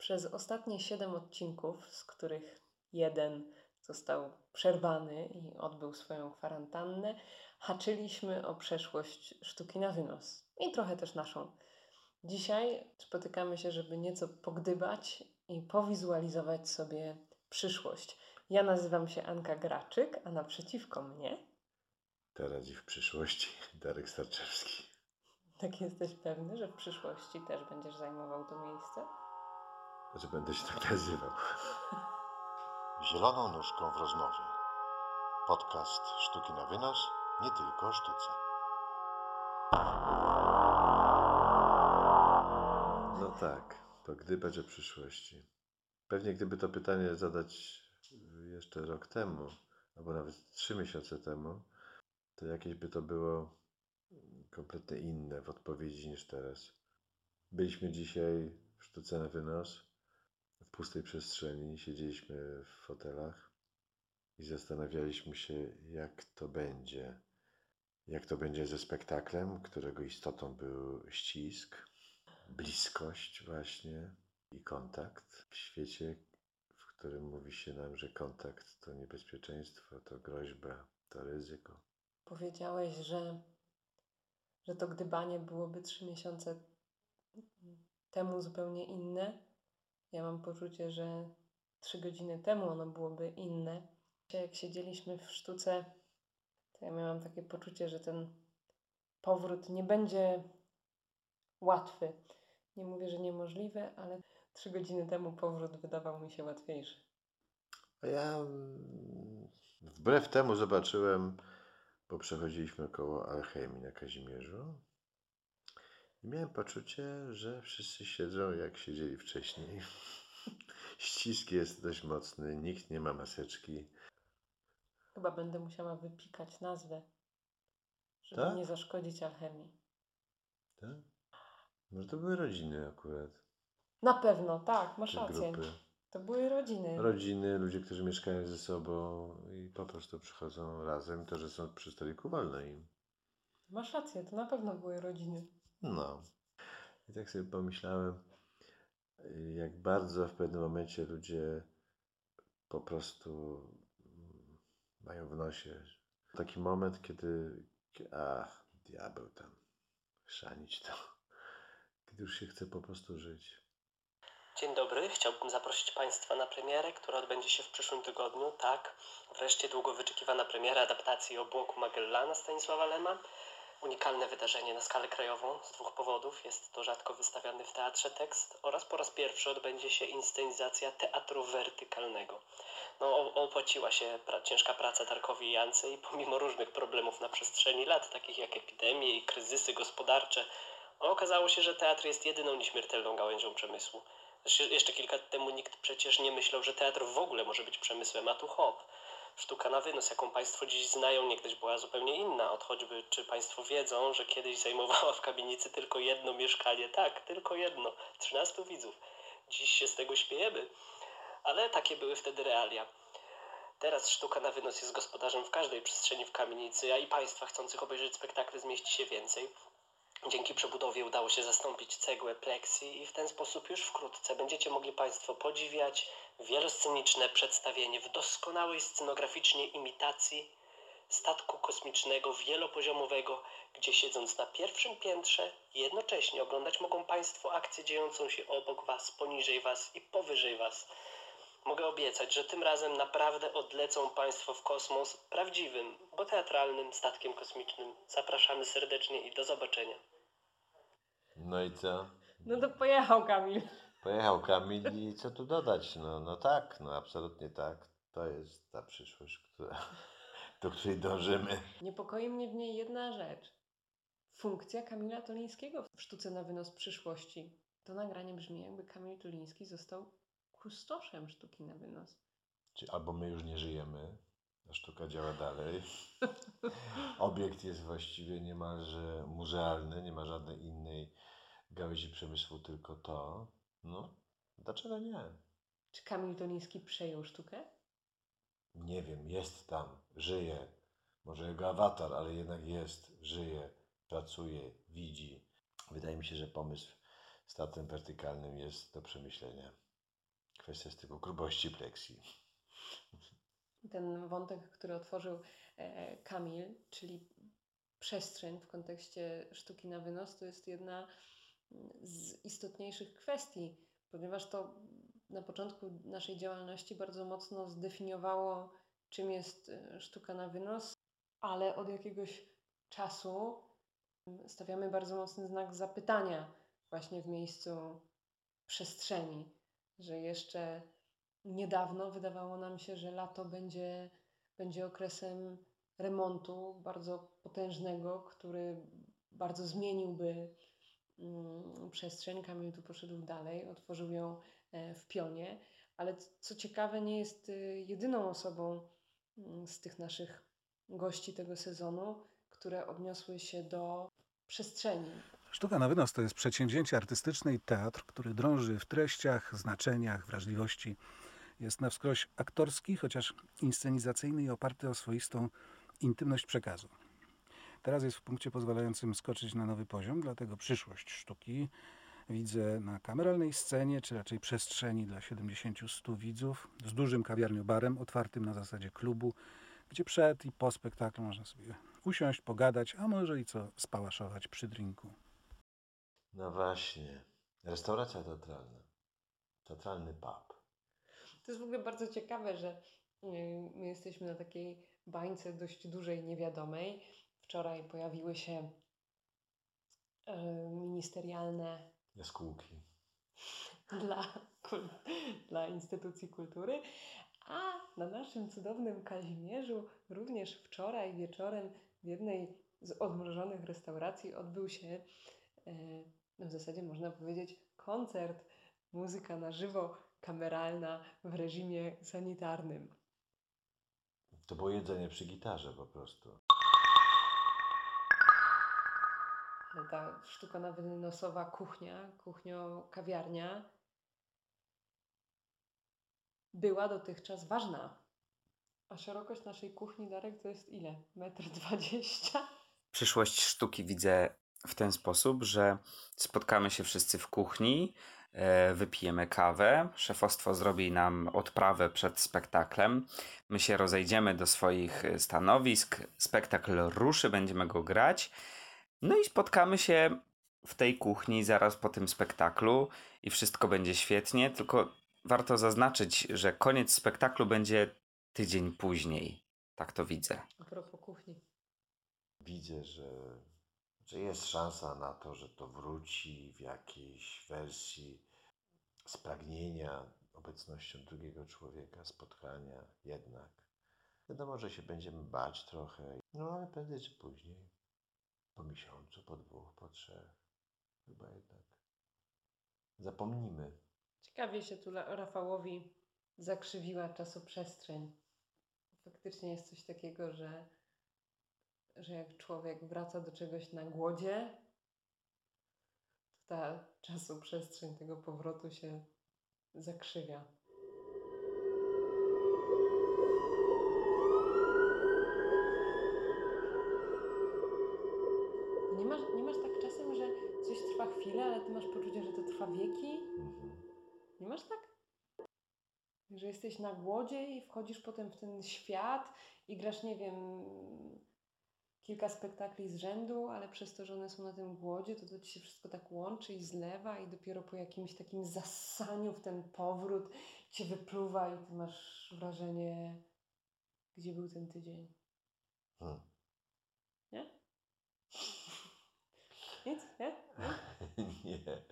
Przez ostatnie 7 odcinków, z których jeden został przerwany i odbył swoją kwarantannę, haczyliśmy o przeszłość sztuki na wynos i trochę też naszą. Dzisiaj spotykamy się, żeby nieco pogdybać i powizualizować sobie przyszłość. Ja nazywam się Anka Graczyk, a naprzeciwko mnie... Teraz i w przyszłości Darek Starczewski. Tak, jesteś pewny, że w przyszłości też będziesz zajmował to miejsce? Że będę się tak nazywał. Zieloną nóżką w rozmowie. Podcast Sztuki na wynos, nie tylko o sztuce. No tak, pogdybać o przyszłości. Pewnie gdyby to pytanie zadać jeszcze rok temu, albo nawet 3 miesiące temu, to jakieś by to było kompletnie inne w odpowiedzi niż teraz. Byliśmy dzisiaj w sztuce na wynos, w pustej przestrzeni, siedzieliśmy w fotelach i zastanawialiśmy się, jak to będzie. Jak to będzie ze spektaklem, którego istotą był ścisk, bliskość właśnie i kontakt w świecie, w którym mówi się nam, że kontakt to niebezpieczeństwo, to groźba, to ryzyko. Powiedziałeś, że to gdybanie byłoby 3 miesiące temu zupełnie inne. Ja mam poczucie, że 3 godziny temu ono byłoby inne. Jak siedzieliśmy w sztuce, to ja miałam takie poczucie, że ten powrót nie będzie łatwy. Nie mówię, że niemożliwy, ale 3 godziny temu powrót wydawał mi się łatwiejszy. A ja wbrew temu zobaczyłem, bo przechodziliśmy koło Alchemii na Kazimierzu i miałem poczucie, że wszyscy siedzą jak siedzieli wcześniej. Ścisk jest dość mocny, nikt nie ma maseczki. Chyba będę musiała wypikać nazwę, żeby Tak? nie zaszkodzić alchemii. Tak? Może to były rodziny akurat. Na pewno, tak, masz Te rację. grupy. To były rodziny. Rodziny, ludzie, którzy mieszkają ze sobą i po prostu przychodzą razem, to, że są przy stoliku wolno im. Masz rację, to na pewno były rodziny. No. I tak sobie pomyślałem, jak bardzo w pewnym momencie ludzie po prostu mają w nosie taki moment, kiedy diabeł tam, chrzanić to, kiedy już się chce po prostu żyć. Dzień dobry, chciałbym zaprosić Państwa na premierę, która odbędzie się w przyszłym tygodniu. Tak, wreszcie długo wyczekiwana premiera adaptacji Obłoku Magellana Stanisława Lema. Unikalne wydarzenie na skalę krajową z 2 powodów. Jest to rzadko wystawiany w teatrze tekst oraz po raz pierwszy odbędzie się inscenizacja teatru wertykalnego. Opłaciła się ciężka praca Darkowi i Jance i pomimo różnych problemów na przestrzeni lat, takich jak epidemie i kryzysy gospodarcze, okazało się, że teatr jest jedyną nieśmiertelną gałęzią przemysłu. Jeszcze kilka lat temu nikt przecież nie myślał, że teatr w ogóle może być przemysłem, a tu hop. Sztuka na wynos, jaką Państwo dziś znają, niegdyś była zupełnie inna. Choćby, czy Państwo wiedzą, że kiedyś zajmowała w kamienicy tylko jedno mieszkanie? Tak, tylko jedno. 13 widzów. Dziś się z tego śmiejemy. Ale takie były wtedy realia. Teraz sztuka na wynos jest gospodarzem w każdej przestrzeni w kamienicy, a i Państwa chcących obejrzeć spektakle zmieści się więcej. Dzięki przebudowie udało się zastąpić cegłę plexi i w ten sposób już wkrótce będziecie mogli Państwo podziwiać wielosceniczne przedstawienie w doskonałej scenograficznie imitacji statku kosmicznego wielopoziomowego, gdzie siedząc na pierwszym piętrze jednocześnie oglądać mogą Państwo akcję dziejącą się obok Was, poniżej Was i powyżej Was. Mogę obiecać, że tym razem naprawdę odlecą Państwo w kosmos prawdziwym, bo teatralnym statkiem kosmicznym. Zapraszamy serdecznie i do zobaczenia. No i co? No to pojechał Kamil. Pojechał Kamil i co tu dodać? No tak, absolutnie tak. To jest ta przyszłość, do której dążymy. Niepokoi mnie w niej jedna rzecz. Funkcja Kamila Tolińskiego w sztuce na wynos przyszłości. To nagranie brzmi, jakby Kamil Toliński został kustoszem sztuki na wynos. Czyli albo my już nie żyjemy, a sztuka działa dalej. Obiekt jest właściwie niemalże muzealny, nie ma żadnej innej gałęzi przemysłu, tylko to. No, dlaczego nie? Czy Kamil Toliński przejął sztukę? Nie wiem, jest tam, żyje. Może jego awatar, ale jednak jest, żyje, pracuje, widzi. Wydaje mi się, że pomysł z teatrem wertykalnym jest do przemyślenia. Kwestia jest tylko grubości pleksji. Ten wątek, który otworzył Kamil, czyli przestrzeń w kontekście sztuki na wynos, to jest jedna z istotniejszych kwestii, ponieważ to na początku naszej działalności bardzo mocno zdefiniowało, czym jest sztuka na wynos, ale od jakiegoś czasu stawiamy bardzo mocny znak zapytania właśnie w miejscu przestrzeni, że jeszcze niedawno wydawało nam się, że lato będzie okresem remontu bardzo potężnego, który bardzo zmieniłby przestrzeń. Kamil tu poszedł dalej, otworzył ją w Pionie, ale co ciekawe, nie jest jedyną osobą z tych naszych gości tego sezonu, które odniosły się do przestrzeni. Sztuka na wynos to jest przedsięwzięcie artystyczne i teatr, który drąży w treściach, znaczeniach, wrażliwości. Jest na wskroś aktorski, chociaż inscenizacyjny i oparty o swoistą intymność przekazu. Teraz jest w punkcie pozwalającym skoczyć na nowy poziom, dlatego przyszłość sztuki widzę na kameralnej scenie, czy raczej przestrzeni dla 70-100 widzów, z dużym kawiarniobarem otwartym na zasadzie klubu, gdzie przed i po spektaklu można sobie usiąść, pogadać, a może i co spałaszować przy drinku. No właśnie. Restauracja teatralna. Teatralny pub. To jest w ogóle bardzo ciekawe, że my jesteśmy na takiej bańce dość dużej, niewiadomej. Wczoraj pojawiły się ministerialne Jaskółki. dla instytucji kultury, a na naszym cudownym Kazimierzu również wczoraj wieczorem w jednej z odmrożonych restauracji odbył się w zasadzie można powiedzieć koncert, muzyka na żywo, kameralna w reżimie sanitarnym. To było jedzenie przy gitarze po prostu. Ale ta sztuka na wynosowa kuchnia, kuchnio-kawiarnia była dotychczas ważna. A szerokość naszej kuchni, Darek, to jest ile? 1,20 m? Przyszłość sztuki widzę w ten sposób, że spotkamy się wszyscy w kuchni, wypijemy kawę, szefostwo zrobi nam odprawę przed spektaklem, my się rozejdziemy do swoich stanowisk, spektakl ruszy, będziemy go grać, no i spotkamy się w tej kuchni zaraz po tym spektaklu i wszystko będzie świetnie, tylko warto zaznaczyć, że koniec spektaklu będzie tydzień później. Tak to widzę. A propos kuchni. Widzę, że jest szansa na to, że to wróci w jakiejś wersji spragnienia obecnością drugiego człowieka, spotkania jednak. Wiadomo, że się będziemy bać trochę, no ale prędzej czy później, po miesiącu, po 2, po 3, chyba jednak zapomnimy. Ciekawie się tu Rafałowi zakrzywiła czasoprzestrzeń. Faktycznie jest coś takiego, że jak człowiek wraca do czegoś na głodzie, to ta czasoprzestrzeń tego powrotu się zakrzywia. Nie masz tak czasem, że coś trwa chwilę, ale ty masz poczucie, że to trwa wieki? Nie masz tak? Że jesteś na głodzie i wchodzisz potem w ten świat i grasz, nie wiem, kilka spektakli z rzędu, ale przez to, że one są na tym głodzie, to ci się wszystko tak łączy i zlewa i dopiero po jakimś takim zasaniu w ten powrót cię wypluwa i ty masz wrażenie, gdzie był ten tydzień. Nie? Nic? Nie? Nie.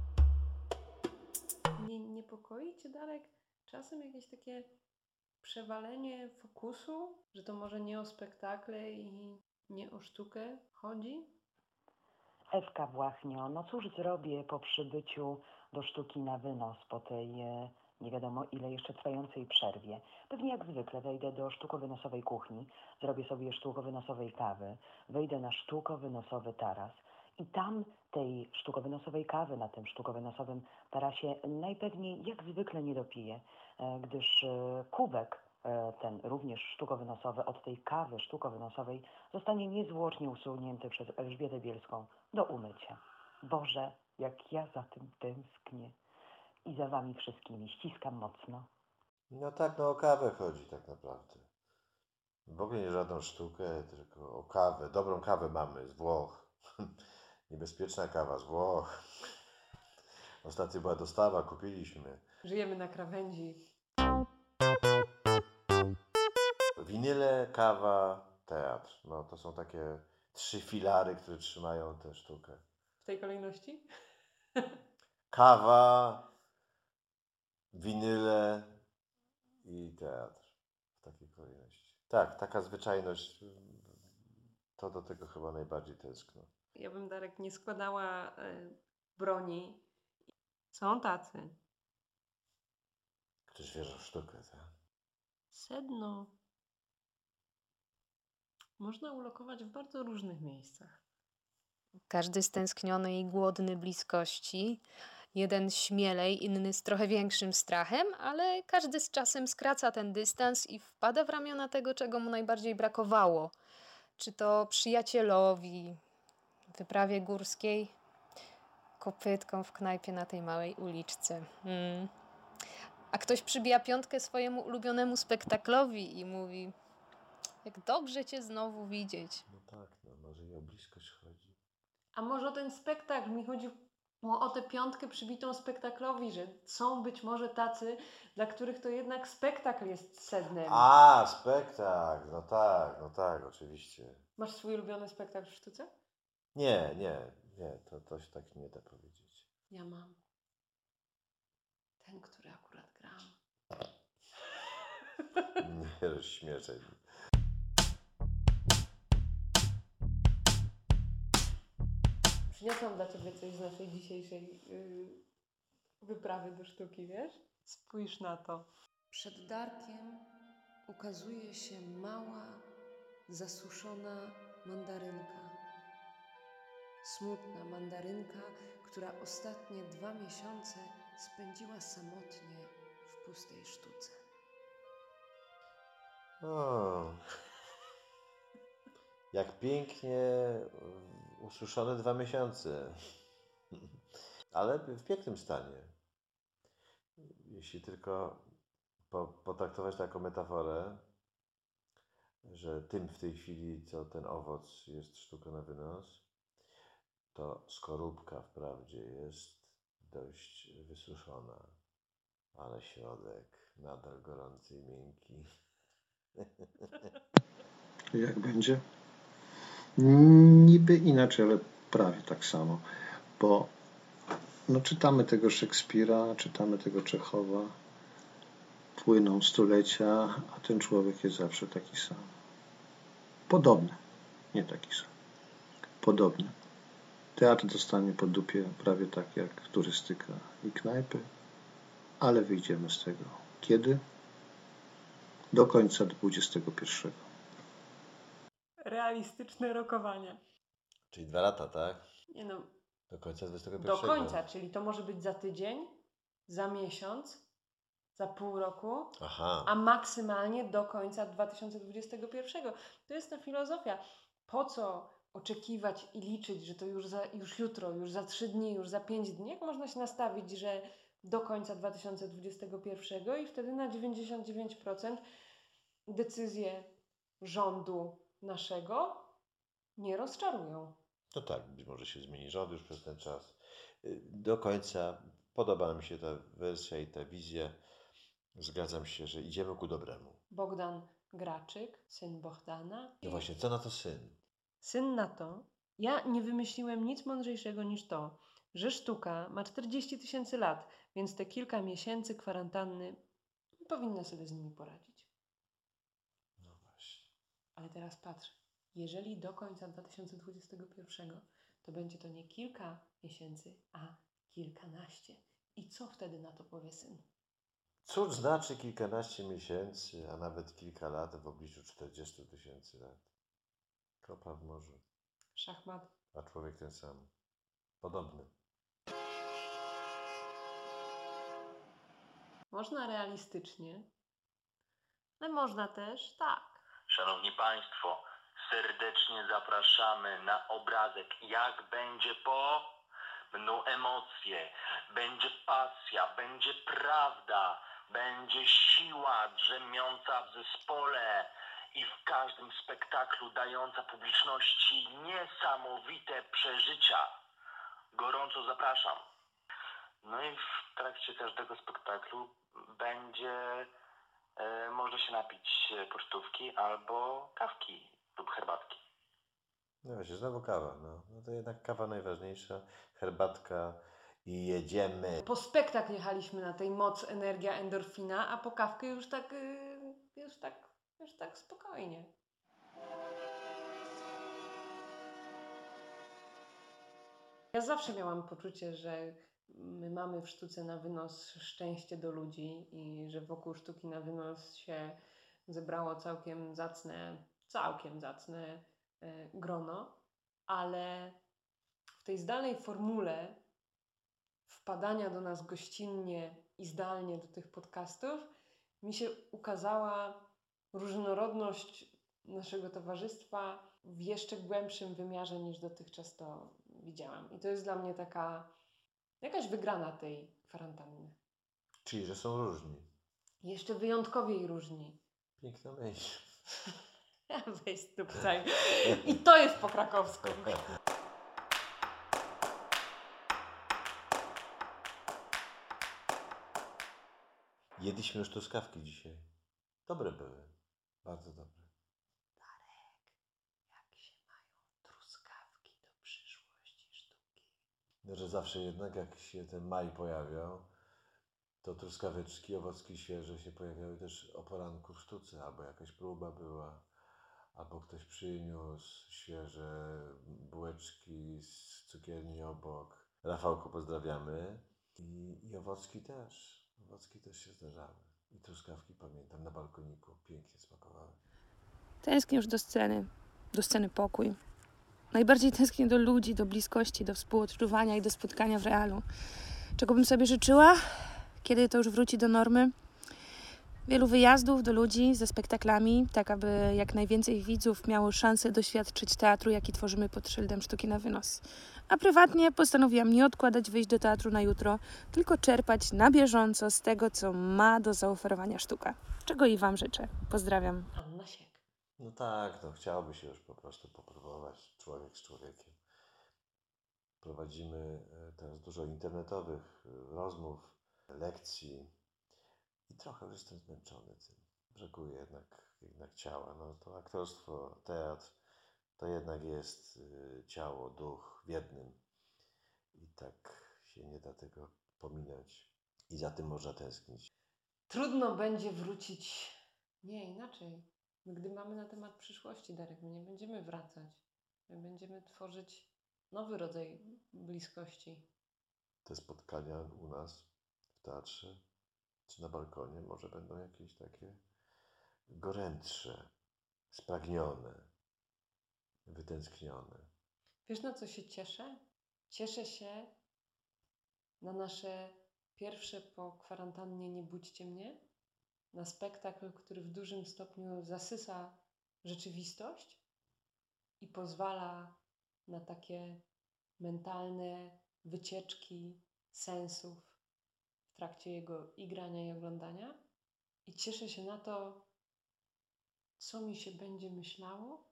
Nie niepokoi cię, Darek, czasem jakieś takie przewalenie fokusu, że to może nie o spektakle i nie o sztukę chodzi? Ewka Włachnio, no cóż zrobię po przybyciu do sztuki na wynos, po tej nie wiadomo ile jeszcze trwającej przerwie. Pewnie jak zwykle wejdę do sztukowynosowej kuchni, zrobię sobie sztukowynosowej kawy, wejdę na sztukowynosowy taras i tam tej sztukowynosowej kawy na tym sztukowynosowym tarasie najpewniej jak zwykle nie dopiję, gdyż kubek ten również sztukowynosowy od tej kawy sztukowynosowej zostanie niezwłocznie usunięty przez Elżbietę Bielską do umycia. Boże, jak ja za tym tęsknię. i za wami wszystkimi. Ściskam mocno. No tak, no o kawę chodzi tak naprawdę. W ogóle nie żadną sztukę, tylko o kawę. Dobrą kawę mamy z Włoch. Niebezpieczna kawa z Włoch. Ostatnio była dostawa, kupiliśmy. Żyjemy na krawędzi. Winyle, kawa, teatr. No to są takie 3 filary, które trzymają tę sztukę. W tej kolejności? Kawa, winyle i teatr. W takiej kolejności. Tak, taka zwyczajność, to do tego chyba najbardziej tęskno. Ja bym, Darek, nie składała broni. Są tacy. Ktoś wierzy w sztukę, tak? Sedno można ulokować w bardzo różnych miejscach. Każdy stęskniony i głodny bliskości. Jeden śmielej, inny z trochę większym strachem, ale każdy z czasem skraca ten dystans i wpada w ramiona tego, czego mu najbardziej brakowało. Czy to przyjacielowi, wyprawie górskiej, kopytką w knajpie na tej małej uliczce. A ktoś przybija piątkę swojemu ulubionemu spektaklowi i mówi: jak dobrze cię znowu widzieć. No tak, no może i o bliskość chodzi. A może o ten spektakl? Mi chodzi o tę piątkę przybitą spektaklowi, że są być może tacy, dla których to jednak spektakl jest sednem. A, spektakl, no tak, oczywiście. Masz swój ulubiony spektakl w sztuce? Nie, to się tak nie da powiedzieć. Ja mam. Ten, który akurat gram. Nie rozśmieszaj mnie. Przyniosłam dla Ciebie coś z naszej dzisiejszej wyprawy do sztuki, wiesz? Spójrz na to. Przed Darkiem ukazuje się mała, zasuszona mandarynka. Smutna mandarynka, która ostatnie 2 miesiące spędziła samotnie w pustej sztuce. O, jak pięknie ususzone 2 miesiące. Ale w pięknym stanie. Jeśli tylko potraktować to jako metaforę, że tym w tej chwili, co ten owoc jest sztuką na wynos, to skorupka wprawdzie jest dość wysuszona, ale środek nadal gorący i miękki. Jak będzie? Niby inaczej, ale prawie tak samo, bo no, czytamy tego Szekspira, czytamy tego Czechowa, płyną stulecia, a ten człowiek jest zawsze taki sam. Podobny, nie taki sam. Podobny. Teatr dostanie po dupie prawie tak jak turystyka i knajpy, ale wyjdziemy z tego. Kiedy? Do końca XXI. Realistyczne rokowania. Czyli 2 lata, tak? Nie no, Do końca 21. do końca, czyli to może być za tydzień, za miesiąc, za pół roku, Aha. a maksymalnie do końca 2021. To jest ta filozofia. Po co oczekiwać i liczyć, że to już jutro, już za 3 dni, już za 5 dni? Jak można się nastawić, że do końca 2021 i wtedy na 99% decyzje rządu naszego nie rozczarują. No tak, być może się zmieni rząd już przez ten czas. Do końca podoba mi się ta wersja i ta wizja. Zgadzam się, że idziemy ku dobremu. Bogdan Graczyk, syn Bohdana. No właśnie, co na to syn? Syn na to, ja nie wymyśliłem nic mądrzejszego niż to, że sztuka ma 40 000 lat, więc te kilka miesięcy kwarantanny powinna sobie z nimi poradzić. No właśnie. Ale teraz patrz, jeżeli do końca 2021 to będzie to nie kilka miesięcy, a kilkanaście. I co wtedy na to powie syn? Cóż znaczy kilkanaście miesięcy, a nawet kilka lat w obliczu 40 000 lat? Kropla w morzu, Szachmat. a człowiek ten sam. Podobny. Można realistycznie, ale można też tak. Szanowni Państwo, serdecznie zapraszamy na obrazek Jak będzie po będą emocje, będzie pasja, będzie prawda, będzie siła drzemiąca w zespole i w każdym spektaklu dająca publiczności niesamowite przeżycia. Gorąco zapraszam. No i w trakcie każdego spektaklu będzie można się napić pocztówki albo kawki lub herbatki. No właśnie, znowu kawa. No to jednak kawa najważniejsza, herbatka i jedziemy. Po spektakl jechaliśmy na tej moc, energia, endorfina, a po kawkę już tak spokojnie. Ja zawsze miałam poczucie, że my mamy w sztuce na wynos szczęście do ludzi i że wokół sztuki na wynos się zebrało całkiem zacne grono, ale w tej zdalnej formule wpadania do nas gościnnie i zdalnie do tych podcastów mi się ukazała różnorodność naszego towarzystwa w jeszcze głębszym wymiarze niż dotychczas to widziałam. I to jest dla mnie taka jakaś wygrana tej kwarantanny. Czyli, że są różni. Jeszcze wyjątkowiej różni. Piękna myśl. Weź stupcaj. I to jest po krakowsku. Jedliśmy już truskawki dzisiaj. Dobre były. Bardzo dobre. Jak się mają truskawki do przyszłości sztuki? No, że zawsze jednak jak się ten maj pojawiał, to truskaweczki, owocki świeże się pojawiały też o poranku w sztuce. Albo jakaś próba była, albo ktoś przyniósł świeże bułeczki z cukierni obok. Rafałku pozdrawiamy. I owocki też. Owocki też się zdarzały. I truskawki pamiętam na balkoniku. Pięknie smakowały. Tęsknię już do sceny pokój. Najbardziej tęsknię do ludzi, do bliskości, do współodczuwania i do spotkania w realu. Czego bym sobie życzyła, kiedy to już wróci do normy? Wielu wyjazdów do ludzi ze spektaklami, tak aby jak najwięcej widzów miało szansę doświadczyć teatru, jaki tworzymy pod szyldem Sztuki na wynos. A prywatnie postanowiłam nie odkładać wyjść do teatru na jutro, tylko czerpać na bieżąco z tego, co ma do zaoferowania sztuka. Czego i Wam życzę. Pozdrawiam. Anna Siek. No tak, no chciałoby się już po prostu popróbować człowiek z człowiekiem. Prowadzimy teraz dużo internetowych rozmów, lekcji i trochę już jestem zmęczony tym. Brakuje jednak ciała. No to aktorstwo, teatr to jednak jest ciało, duch w jednym. I tak się nie da tego pominąć. I za tym można tęsknić. Trudno będzie wrócić. Nie, inaczej. My gdy mamy na temat przyszłości, Darek, my nie będziemy wracać. My będziemy tworzyć nowy rodzaj bliskości. Te spotkania u nas w teatrze czy na balkonie może będą jakieś takie gorętsze, spragnione, wytęsknione. Wiesz, na co się cieszę? Cieszę się na nasze pierwsze po kwarantannie Nie budźcie mnie, na spektakl, który w dużym stopniu zasysa rzeczywistość i pozwala na takie mentalne wycieczki sensów w trakcie jego i grania, i oglądania. I cieszę się na to, co mi się będzie myślało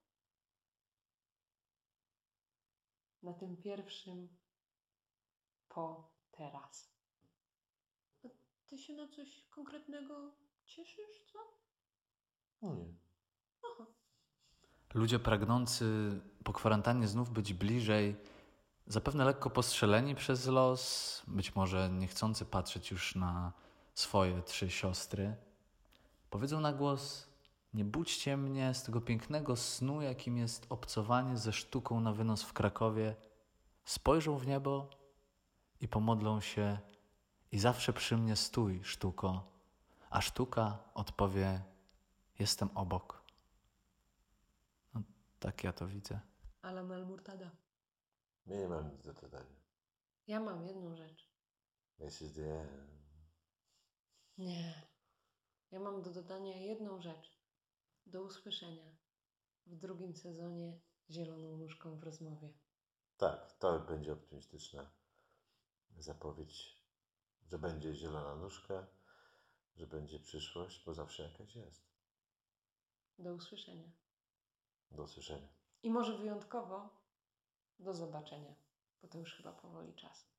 na tym pierwszym po teraz. A ty się na coś konkretnego cieszysz, co? Nie. Aha. Ludzie pragnący po kwarantannie znów być bliżej, zapewne lekko postrzeleni przez los, być może nie chcący patrzeć już na swoje 3 siostry, powiedzą na głos: nie budźcie mnie z tego pięknego snu, jakim jest obcowanie ze sztuką na wynos w Krakowie. Spojrzą w niebo i pomodlą się: i zawsze przy mnie stój, sztuko. A sztuka odpowie: jestem obok. No, tak ja to widzę. Alan Al-Murtada. Nie mam nic do dodania. Ja mam jedną rzecz. This is the end. Nie. Ja mam do dodania jedną rzecz. Do usłyszenia w drugim sezonie Zieloną nóżką w rozmowie. Tak, to będzie optymistyczna zapowiedź, że będzie zielona nóżka, że będzie przyszłość, bo zawsze jakaś jest. Do usłyszenia. Do usłyszenia. I może wyjątkowo do zobaczenia, bo to już chyba powoli czas.